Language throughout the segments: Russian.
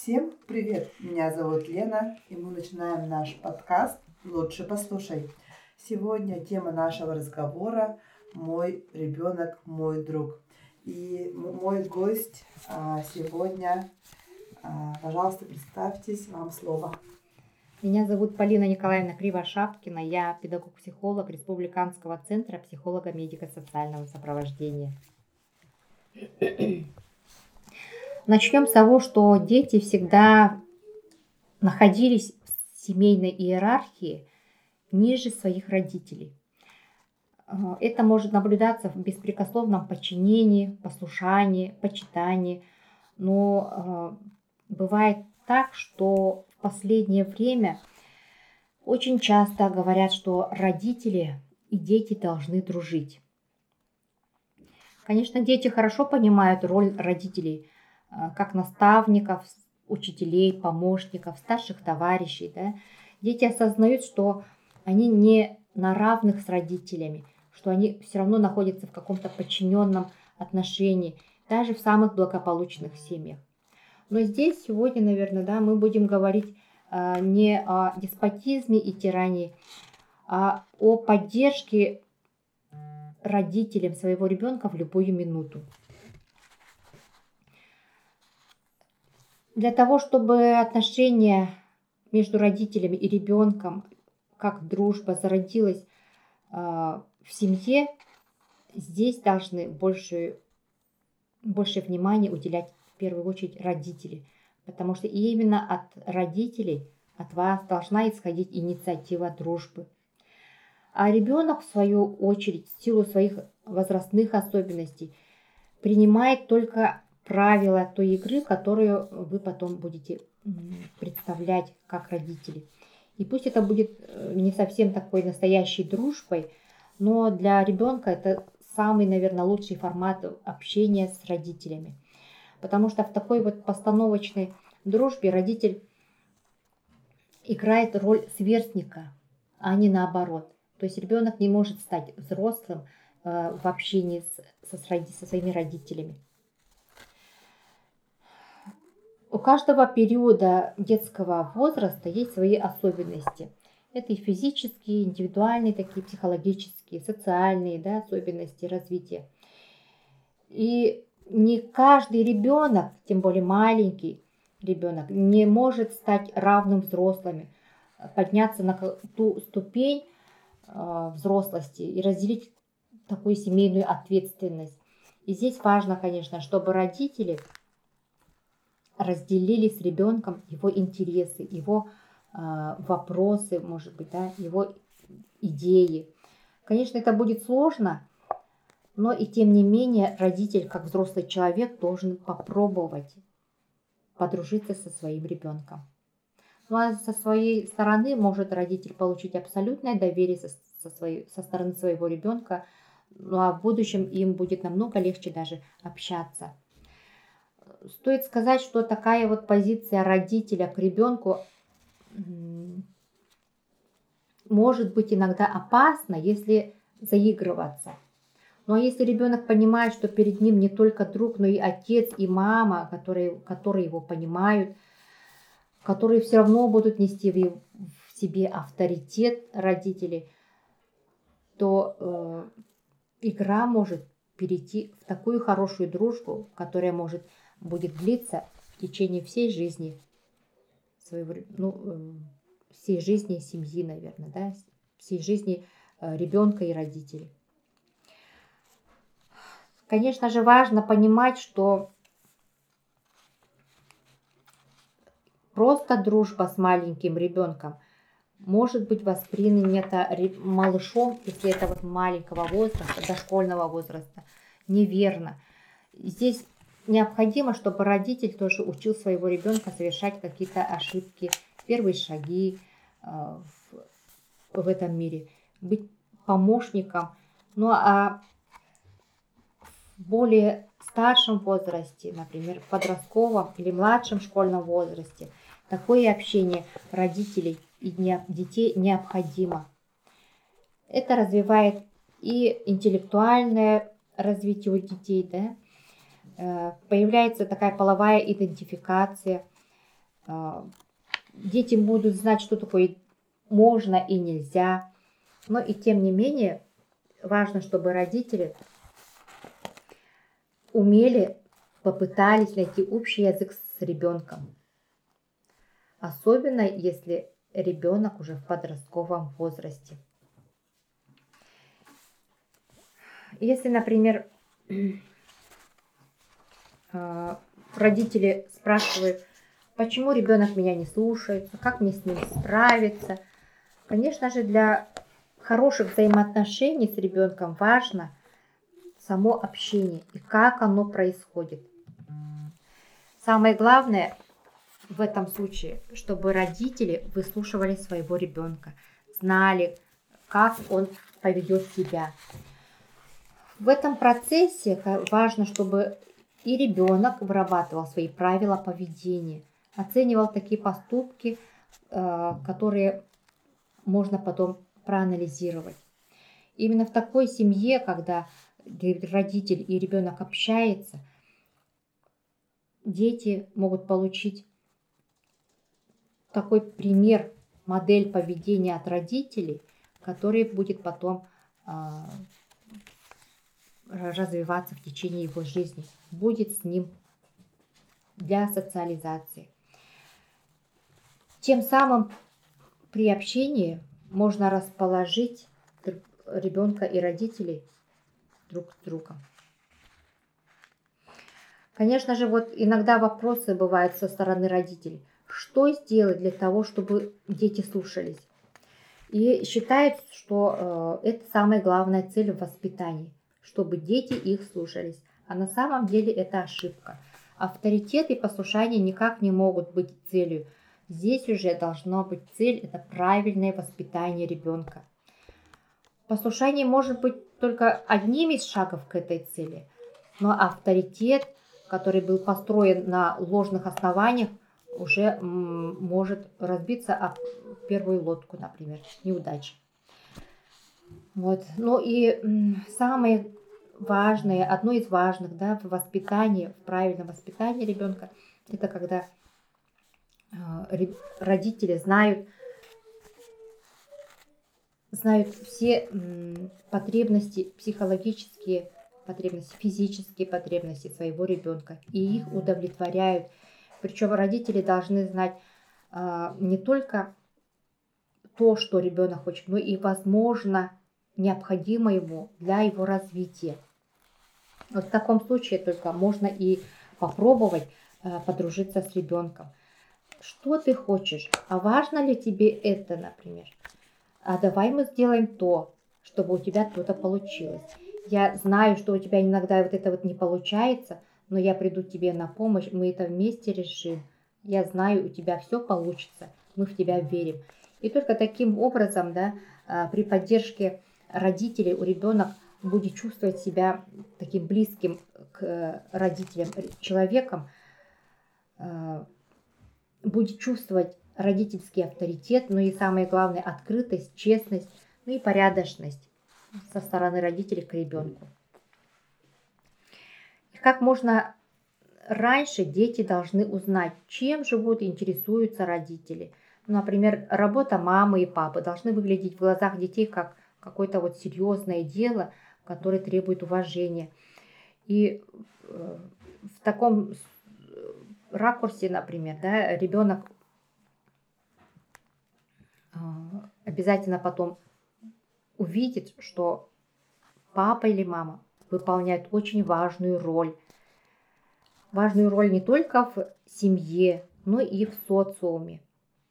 Всем привет! Меня зовут Лена, и мы начинаем наш подкаст «Лучше послушай». Сегодня тема нашего разговора «Мой ребенок, мой друг». И мой гость сегодня, пожалуйста, представьтесь, вам слово. Меня зовут Полина Николаевна Кривошапкина, я педагог-психолог Республиканского центра психолого-медико-социального сопровождения. Начнем с того, что дети всегда находились в семейной иерархии ниже своих родителей. Это может наблюдаться в беспрекословном подчинении, послушании, почитании, но бывает так, что в последнее время очень часто говорят, что родители и дети должны дружить. Конечно, дети хорошо понимают роль родителей, как наставников, учителей, помощников, старших товарищей. Да? Дети осознают, что они не на равных с родителями, что они все равно находятся в каком-то подчиненном отношении, даже в самых благополучных семьях. Но здесь сегодня, наверное, да, мы будем говорить не о деспотизме и тирании, а о поддержке родителям своего ребенка в любую минуту. Для того, чтобы отношения между родителями и ребенком, как дружба, зародилась в семье, здесь должны больше внимания уделять в первую очередь родители. Потому что именно от родителей, от вас должна исходить инициатива дружбы. А ребенок, в свою очередь, в силу своих возрастных особенностей, принимает только правила той игры, которую вы потом будете представлять как родители. И пусть это будет не совсем такой настоящей дружбой, но для ребенка это самый, наверное, лучший формат общения с родителями. Потому что в такой вот постановочной дружбе родитель играет роль сверстника, а не наоборот. То есть ребенок не может стать взрослым в общении со своими родителями. У каждого периода детского возраста есть свои особенности. Это и физические, индивидуальные, такие психологические, социальные, да, особенности развития. И не каждый ребенок, тем более маленький ребенок, не может стать равным взрослыми, подняться на ту ступень взрослости и разделить такую семейную ответственность. И здесь важно, конечно, чтобы родители разделили с ребенком его интересы, его вопросы, может быть, да, его идеи. Конечно, это будет сложно, но и тем не менее родитель, как взрослый человек, должен попробовать подружиться со своим ребенком. Ну а со своей стороны может родитель получить абсолютное доверие со стороны своего ребенка, ну а в будущем им будет намного легче даже общаться. Стоит сказать, что такая вот позиция родителя к ребенку может быть иногда опасна, если заигрываться. Ну а если ребенок понимает, что перед ним не только друг, но и отец, и мама, которые его понимают, которые все равно будут нести в себе авторитет родителей, то игра может перейти в такую хорошую дружбу, которая будет длиться в течение всей жизни всей жизни семьи, наверное, да, всей жизни ребенка и родителей. Конечно же, важно понимать, что просто дружба с маленьким ребенком может быть воспринята малышом, если это вот маленького возраста, дошкольного возраста, неверно. Здесь необходимо, чтобы родитель тоже учил своего ребенка совершать какие-то ошибки, первые шаги в этом мире, быть помощником. Ну а в более старшем возрасте, например, в подростковом или младшем школьном возрасте, такое общение родителей и детей необходимо. Это развивает и интеллектуальное развитие у детей, да? Появляется такая половая идентификация, Дети будут знать, что такое можно и нельзя. Но и тем не менее, важно, чтобы родители попытались найти общий язык с ребенком. Особенно, если ребенок уже в подростковом возрасте. Если, например, родители спрашивают, почему ребенок меня не слушается, как мне с ним справиться. Конечно же, для хороших взаимоотношений с ребенком важно само общение и как оно происходит. Самое главное в этом случае, чтобы родители выслушивали своего ребенка, знали, как он поведет себя. В этом процессе важно, чтобы и ребенок вырабатывал свои правила поведения, оценивал такие поступки, которые можно потом проанализировать. Именно в такой семье, когда родитель и ребенок общаются, дети могут получить такой пример, модель поведения от родителей, который будет потом развиваться в течение его жизни, будет с ним для социализации. Тем самым при общении можно расположить ребенка и родителей друг с другом. Конечно же, вот иногда вопросы бывают со стороны родителей. Что сделать для того, чтобы дети слушались? И считается, что это самая главная цель в воспитании, чтобы дети их слушались. А на самом деле это ошибка. Авторитет и послушание никак не могут быть целью. Здесь уже должна быть цель – это правильное воспитание ребенка. Послушание может быть только одним из шагов к этой цели, но авторитет, который был построен на ложных основаниях, уже может разбиться об первую лодку, например, неудача. Вот. Ну и самое важное, одно из важных, да, в воспитании, в правильном воспитании ребенка, это когда родители знают все потребности, психологические потребности, физические потребности своего ребенка и их удовлетворяют. Причем родители должны знать не только то, что ребенок хочет, но и, возможно, необходимо ему для его развития. Вот в таком случае только можно и попробовать подружиться с ребенком. Что ты хочешь? А важно ли тебе это, например? А давай мы сделаем то, чтобы у тебя что-то получилось. Я знаю, что у тебя иногда вот это вот не получается, но я приду тебе на помощь, мы это вместе решим. Я знаю, у тебя все получится, мы в тебя верим. И только таким образом, да, при поддержке родителей у ребенка будет чувствовать себя таким близким к родителям человеком, будет чувствовать родительский авторитет, ну и самое главное открытость, честность, ну и порядочность со стороны родителей к ребенку. И как можно раньше дети должны узнать, чем живут и интересуются родители. Например, работа мамы и папы должны выглядеть в глазах детей как какое-то вот серьезное дело, которое требует уважения. И в таком ракурсе, например, да, ребенок обязательно потом увидит, что папа или мама выполняют очень важную роль. Важную роль не только в семье, но и в социуме.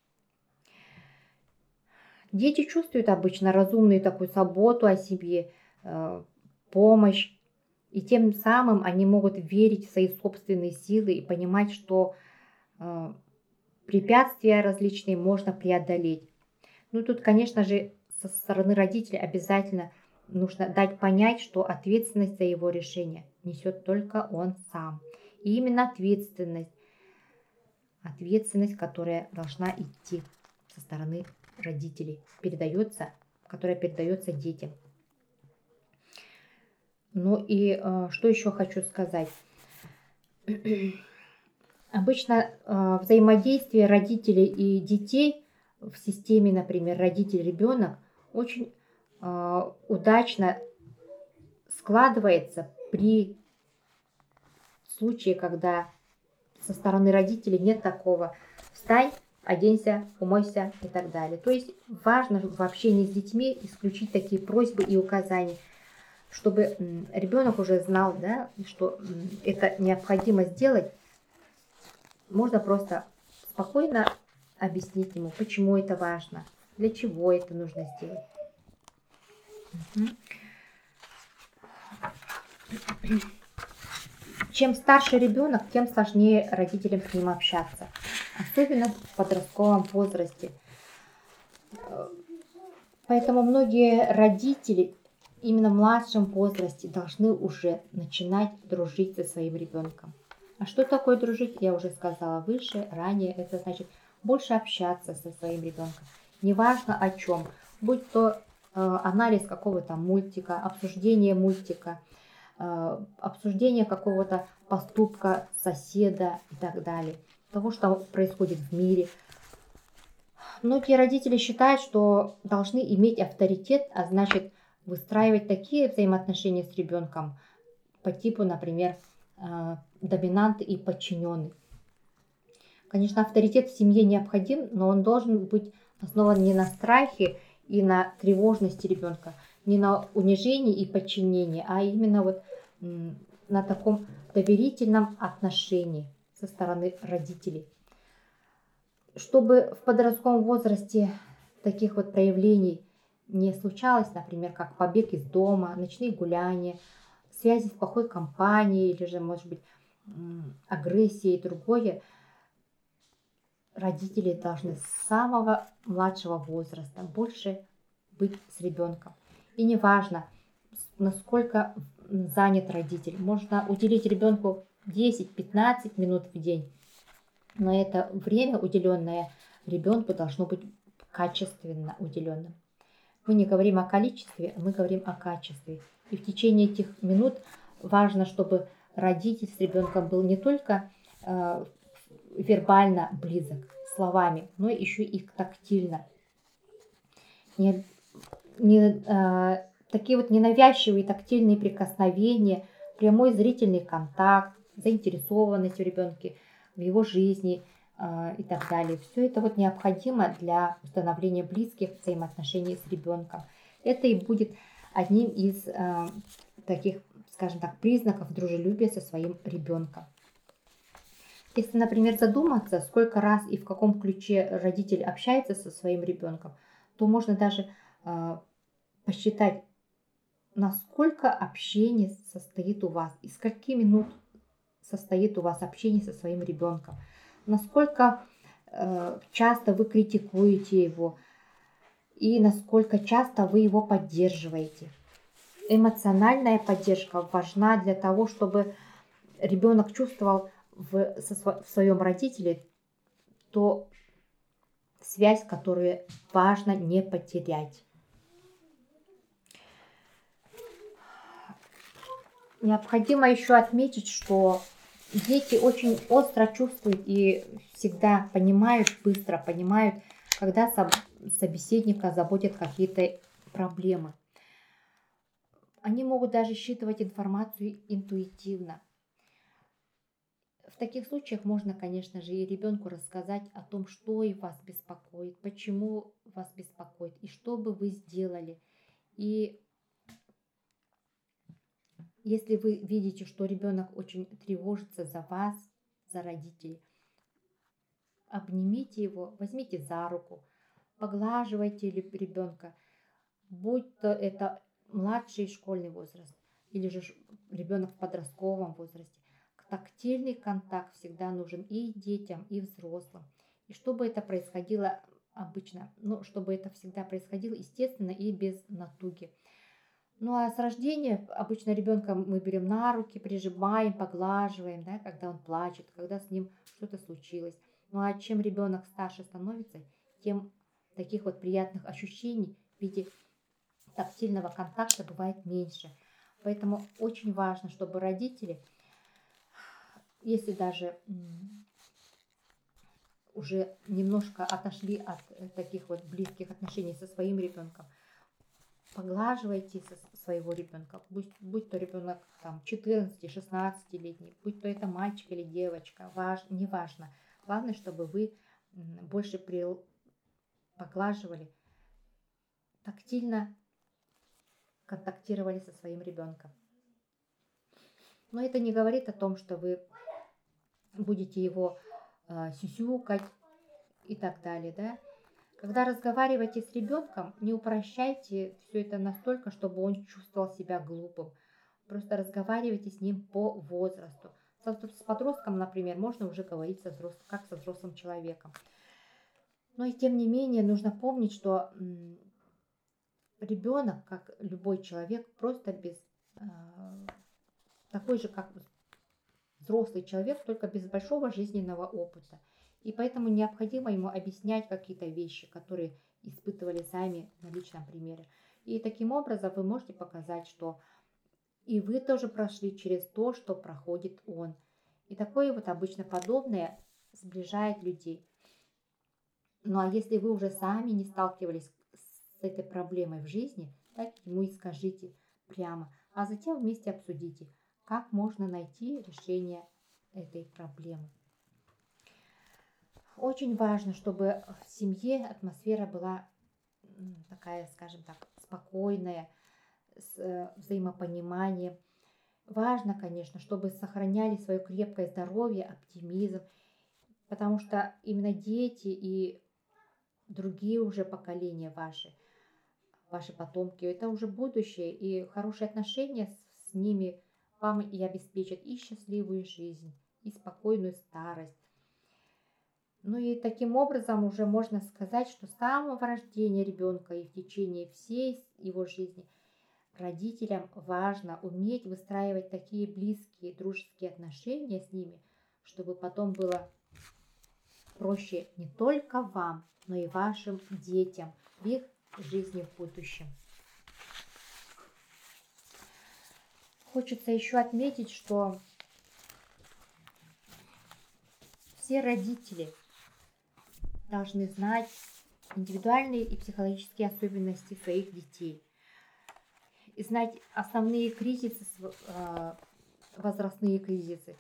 Дети чувствуют обычно разумную такую заботу о себе, помощь, и тем самым они могут верить в свои собственные силы и понимать, что препятствия различные можно преодолеть. Ну тут, конечно же, со стороны родителей обязательно нужно дать понять, что ответственность за его решение несет только он сам. И именно ответственность, которая должна идти со стороны родителей, которая передается детям. Ну и что еще хочу сказать. Обычно взаимодействие родителей и детей в системе, например, родитель-ребенок, очень удачно складывается при случае, когда со стороны родителей нет такого «встань, оденься, умойся» и так далее. То есть важно в общении с детьми исключить такие просьбы и указания, чтобы ребенок уже знал, да, что это необходимо сделать. Можно просто спокойно объяснить ему, почему это важно, для чего это нужно сделать. Чем старше ребенок, тем сложнее родителям с ним общаться, особенно в подростковом возрасте. Поэтому многие родители именно в младшем возрасте должны уже начинать дружить со своим ребенком. А что такое дружить, я уже сказала выше, ранее. Это значит больше общаться со своим ребенком. Неважно о чем, будь то анализ какого-то мультика, обсуждение мультика, обсуждение какого-то поступка соседа и так далее, того, что происходит в мире. Многие родители считают, что должны иметь авторитет, а значит выстраивать такие взаимоотношения с ребенком по типу, например, доминант и подчиненный. Конечно, авторитет в семье необходим, но он должен быть основан не на страхе и на тревожности ребенка, не на унижении и подчинении, а именно вот на таком доверительном отношении со стороны родителей. Чтобы в подростковом возрасте таких вот проявлений не случалось, например, как побег из дома, ночные гуляния, связи с плохой компанией или же, может быть, агрессия и другое, родители должны с самого младшего возраста больше быть с ребенком. И неважно, насколько занят родитель, можно уделить ребенку 10-15 минут в день, но это время, уделенное ребенку, должно быть качественно уделенным. Мы не говорим о количестве, мы говорим о качестве. И в течение этих минут важно, чтобы родитель с ребенком был не только вербально близок словами, но еще и тактильно. Такие вот ненавязчивые тактильные прикосновения, прямой зрительный контакт, заинтересованность в ребенке, в его жизни и так далее. Все это вот необходимо для установления близких взаимоотношений с ребенком. Это и будет одним из таких, скажем так, признаков дружелюбия со своим ребенком. Если, например, задуматься, сколько раз и в каком ключе родитель общается со своим ребенком, то можно даже посчитать, насколько общение состоит у вас, из скольки минут состоит у вас общение со своим ребенком, насколько часто вы критикуете его и насколько часто вы его поддерживаете. Эмоциональная поддержка важна для того, чтобы ребенок чувствовал в своем родителе ту связь, которую важно не потерять. Необходимо еще отметить, что дети очень остро чувствуют и всегда понимают, быстро понимают, когда собеседника заботят какие-то проблемы. Они могут даже считывать информацию интуитивно. В таких случаях можно, конечно же, и ребенку рассказать о том, что и вас беспокоит, почему вас беспокоит и что бы вы сделали. И если вы видите, что ребенок очень тревожится за вас, за родителей, обнимите его, возьмите за руку, поглаживайте ребенка, будь то это младший школьный возраст или же ребенок в подростковом возрасте. Тактильный контакт всегда нужен и детям, и взрослым. И чтобы это происходило обычно, чтобы это всегда происходило естественно и без натуги. Ну а с рождения обычно ребенка мы берем на руки, прижимаем, поглаживаем, да, когда он плачет, когда с ним что-то случилось. Ну а чем ребенок старше становится, тем таких вот приятных ощущений в виде тактильного контакта бывает меньше. Поэтому очень важно, чтобы родители, если даже уже немножко отошли от таких вот близких отношений со своим ребенком, поглаживайте своего ребенка, будь то ребенок там 14-16-летний, будь то это мальчик или девочка, неважно. Главное, чтобы вы больше поглаживали, тактильно контактировали со своим ребенком. Но это не говорит о том, что вы будете его сюсюкать и так далее, да. Когда разговариваете с ребенком, не упрощайте все это настолько, чтобы он чувствовал себя глупым. Просто разговаривайте с ним по возрасту. С подростком, например, можно уже говорить как со взрослым человеком. Но и тем не менее нужно помнить, что ребенок, как любой человек, просто такой же, как взрослый человек, только без большого жизненного опыта. И поэтому необходимо ему объяснять какие-то вещи, которые испытывали сами на личном примере. И таким образом вы можете показать, что и вы тоже прошли через то, что проходит он. И такое вот обычно подобное сближает людей. Ну а если вы уже сами не сталкивались с этой проблемой в жизни, так ему и скажите прямо, а затем вместе обсудите, как можно найти решение этой проблемы. Очень важно, чтобы в семье атмосфера была такая, скажем так, спокойная, с взаимопониманием. Важно, конечно, чтобы сохраняли свое крепкое здоровье, оптимизм, потому что именно дети и другие уже поколения ваши потомки, это уже будущее, и хорошие отношения с ними вам и обеспечат и счастливую жизнь, и спокойную старость. Ну и таким образом уже можно сказать, что с самого рождения ребенка и в течение всей его жизни родителям важно уметь выстраивать такие близкие дружеские отношения с ними, чтобы потом было проще не только вам, но и вашим детям в их жизни в будущем. Хочется еще отметить, что все родители должны знать индивидуальные и психологические особенности своих детей и знать основные кризисы, возрастные кризисы,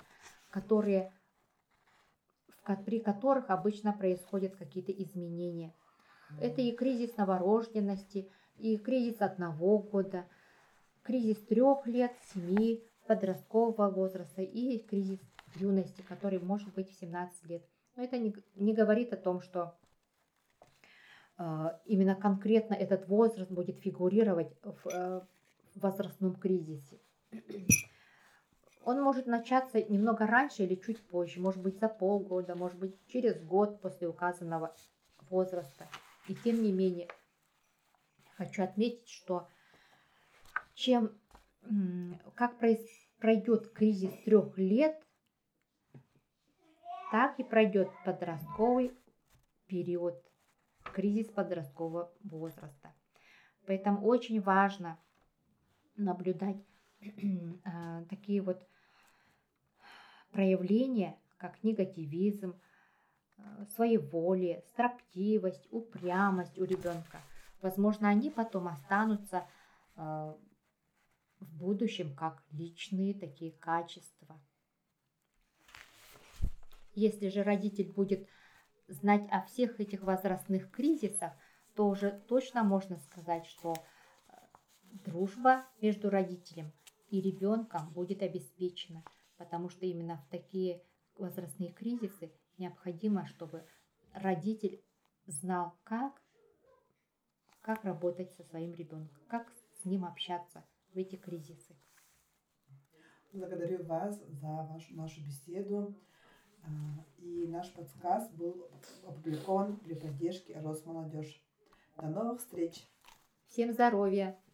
при которых обычно происходят какие-то изменения. Это и кризис новорожденности, и кризис 1 года, кризис 3 лет, 7, подросткового возраста и кризис юности, который может быть в 17 лет. Но это не говорит о том, что именно конкретно этот возраст будет фигурировать в возрастном кризисе. Он может начаться немного раньше или чуть позже, может быть за полгода, может быть через год после указанного возраста. И тем не менее, хочу отметить, что как пройдет кризис 3 лет, так и пройдет подростковый период, кризис подросткового возраста. Поэтому очень важно наблюдать такие вот проявления, как негативизм, своеволие, строптивость, упрямость у ребенка. Возможно, они потом останутся в будущем как личные такие качества. Если же родитель будет знать о всех этих возрастных кризисах, то уже точно можно сказать, что дружба между родителем и ребенком будет обеспечена, потому что именно в такие возрастные кризисы необходимо, чтобы родитель знал, как работать со своим ребенком, как с ним общаться в эти кризисы. Благодарю вас за нашу беседу. И наш подкаст был опубликован при поддержке Росмолодежь. До новых встреч! Всем здоровья!